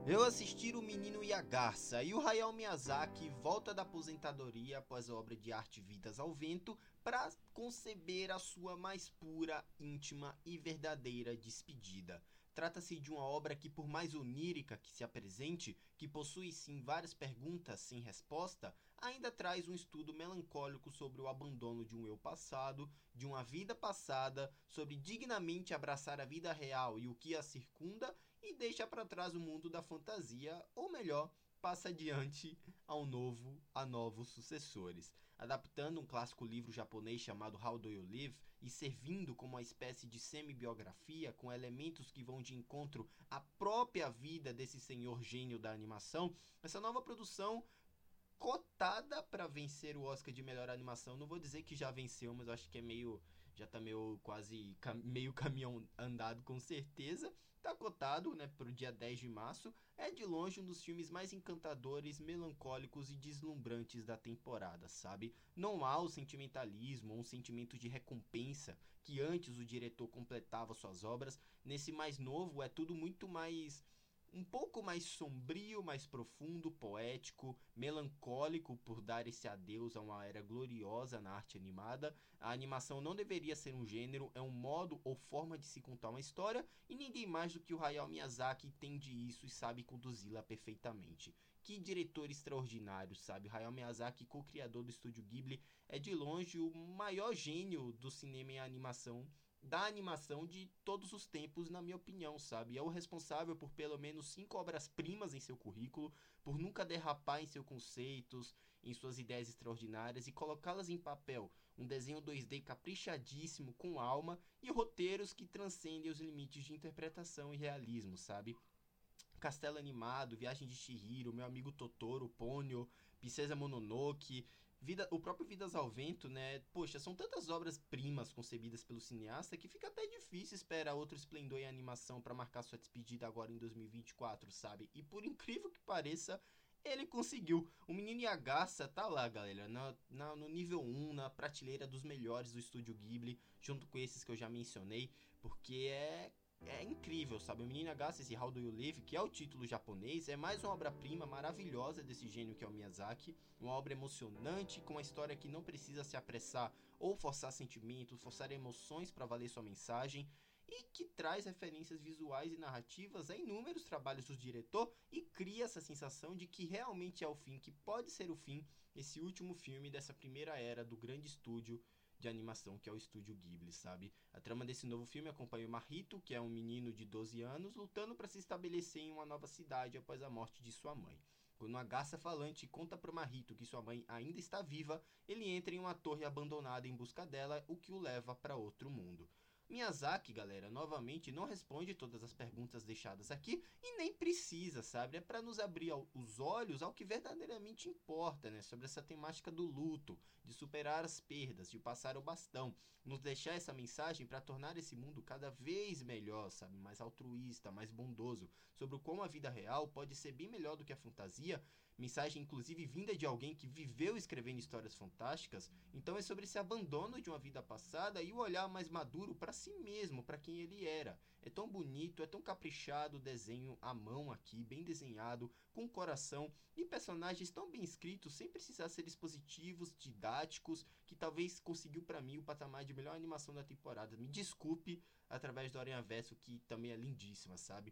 Eu assisti O Menino e a Garça e o Hayao Miyazaki volta da aposentadoria após a obra de arte Vidas ao Vento para conceber a sua mais pura, íntima e verdadeira despedida. Trata-se de uma obra que, por mais onírica que se apresente, que possui sim várias perguntas sem resposta, ainda traz um estudo melancólico sobre o abandono de um eu passado, de uma vida passada, sobre dignamente abraçar a vida real e o que a circunda e deixa para trás o mundo da fantasia, ou melhor, passa adiante a novos sucessores. Adaptando um clássico livro japonês chamado How Do You Live e servindo como uma espécie de semi-biografia com elementos que vão de encontro à própria vida desse senhor gênio da animação, essa nova produção cotada para vencer o Oscar de melhor animação. Não vou dizer que já venceu, mas acho que é meio já tá meio quase meio caminhão andado com certeza. Tá cotado, né, pro dia 10 de março. É de longe um dos filmes mais encantadores, melancólicos e deslumbrantes da temporada, sabe? Não há o sentimentalismo ou um sentimento de recompensa que antes o diretor completava suas obras. Nesse mais novo é tudo muito mais um pouco mais sombrio, mais profundo, poético, melancólico por dar esse adeus a uma era gloriosa na arte animada. A animação não deveria ser um gênero, é um modo ou forma de se contar uma história e ninguém mais do que o Hayao Miyazaki entende isso e sabe conduzi-la perfeitamente. Que diretor extraordinário, sabe? Hayao Miyazaki, co-criador do estúdio Ghibli, é de longe o maior gênio do cinema e animação da animação de todos os tempos, na minha opinião, sabe? É o responsável por pelo menos 5 obras-primas em seu currículo, por nunca derrapar em seus conceitos, em suas ideias extraordinárias e colocá-las em papel. Um desenho 2D caprichadíssimo, com alma e roteiros que transcendem os limites de interpretação e realismo, sabe? Castelo Animado, Viagem de Chihiro, Meu Amigo Totoro, Ponyo, Princesa Mononoke, o próprio Vidas ao Vento, né? Poxa, são tantas obras-primas concebidas pelo cineasta que fica até difícil esperar outro esplendor em animação para marcar sua despedida agora em 2024, sabe? E por incrível que pareça, ele conseguiu. O Menino e a Garça tá lá, galera, no nível 1, na prateleira dos melhores do estúdio Ghibli, junto com esses que eu já mencionei, porque é incrível, sabe? O Menino H, esse How Do You Live, que é o título japonês, é mais uma obra-prima maravilhosa desse gênio que é o Miyazaki. Uma obra emocionante, com uma história que não precisa se apressar ou forçar sentimentos, forçar emoções para valer sua mensagem. E que traz referências visuais e narrativas a inúmeros trabalhos do diretor e cria essa sensação de que realmente é o fim, que pode ser o fim, esse último filme dessa primeira era do grande estúdio de animação que é o estúdio Ghibli, sabe? A trama desse novo filme acompanha o Mahito, que é um menino de 12 anos, lutando para se estabelecer em uma nova cidade após a morte de sua mãe. Quando uma garça falante conta para Mahito que sua mãe ainda está viva, ele entra em uma torre abandonada em busca dela, o que o leva para outro mundo. Miyazaki, galera, novamente não responde todas as perguntas deixadas aqui e nem precisa, sabe? É para nos abrir os olhos ao que verdadeiramente importa, né? Sobre essa temática do luto, de superar as perdas, de passar o bastão, nos deixar essa mensagem para tornar esse mundo cada vez melhor, sabe? Mais altruísta, mais bondoso, sobre como a vida real pode ser bem melhor do que a fantasia. Mensagem inclusive vinda de alguém que viveu escrevendo histórias fantásticas. Então é sobre esse abandono de uma vida passada e o olhar mais maduro para si mesmo, para quem ele era. É tão bonito, é tão caprichado o desenho à mão aqui, bem desenhado, com coração e personagens tão bem escritos, sem precisar ser expositivos, didáticos, que talvez conseguiu para mim o patamar de melhor animação da temporada. Me desculpe, através do Aranha Verso, que também é lindíssima, sabe?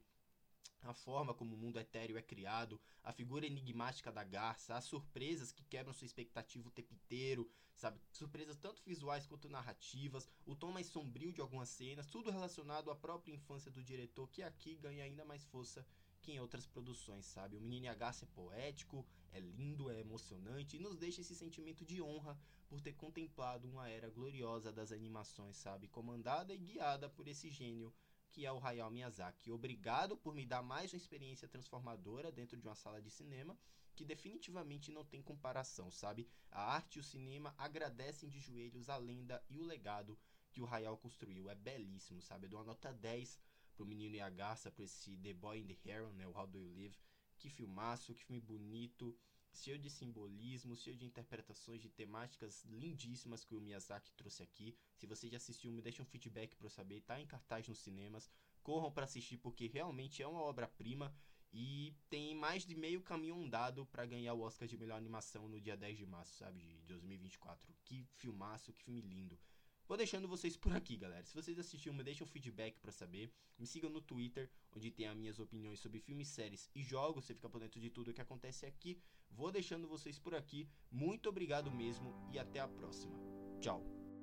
A forma como o mundo etéreo é criado, a figura enigmática da garça, as surpresas que quebram sua expectativa o tempo inteiro, sabe? Surpresas tanto visuais quanto narrativas, o tom mais sombrio de algumas cenas, tudo relacionado à própria infância do diretor, que aqui ganha ainda mais força que em outras produções, sabe? O Menino e a Garça é poético, é lindo, é emocionante e nos deixa esse sentimento de honra por ter contemplado uma era gloriosa das animações, sabe? Comandada e guiada por esse gênio que é o Hayao Miyazaki. Obrigado por me dar mais uma experiência transformadora dentro de uma sala de cinema, que definitivamente não tem comparação, sabe? A arte e o cinema agradecem de joelhos a lenda e o legado que o Hayao construiu. É belíssimo, sabe? Eu dou uma nota 10 pro Menino e a Garça, por esse The Boy and the Heron, né? O How Do You Live. Que filmaço, que filme bonito, cheio de simbolismo, cheio de interpretações de temáticas lindíssimas que o Miyazaki trouxe aqui. Se você já assistiu, me deixa um feedback para eu saber. Tá em cartaz nos cinemas. Corram para assistir porque realmente é uma obra-prima E tem mais de meio caminho andado pra ganhar o Oscar de melhor animação no dia 10 de março, sabe, de 2024. Que filmaço, que filme lindo. Vou deixando vocês por aqui, galera. Se vocês assistiram, me deixem um feedback pra saber. Me sigam no Twitter, onde tem as minhas opiniões sobre filmes, séries e jogos. Você fica por dentro de tudo o que acontece aqui. Vou deixando vocês por aqui. Muito obrigado mesmo e até a próxima. Tchau.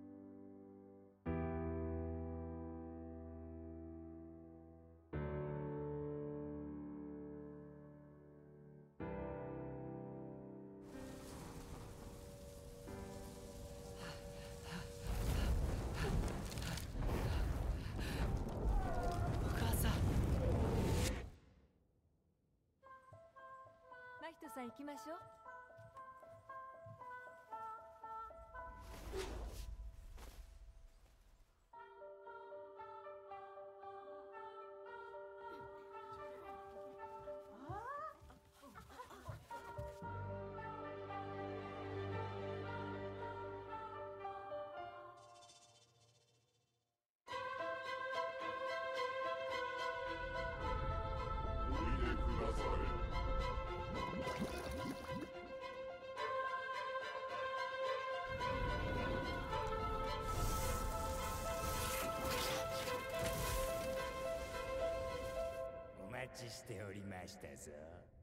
真人さん行きましょう。 お待ちしておりましたぞ。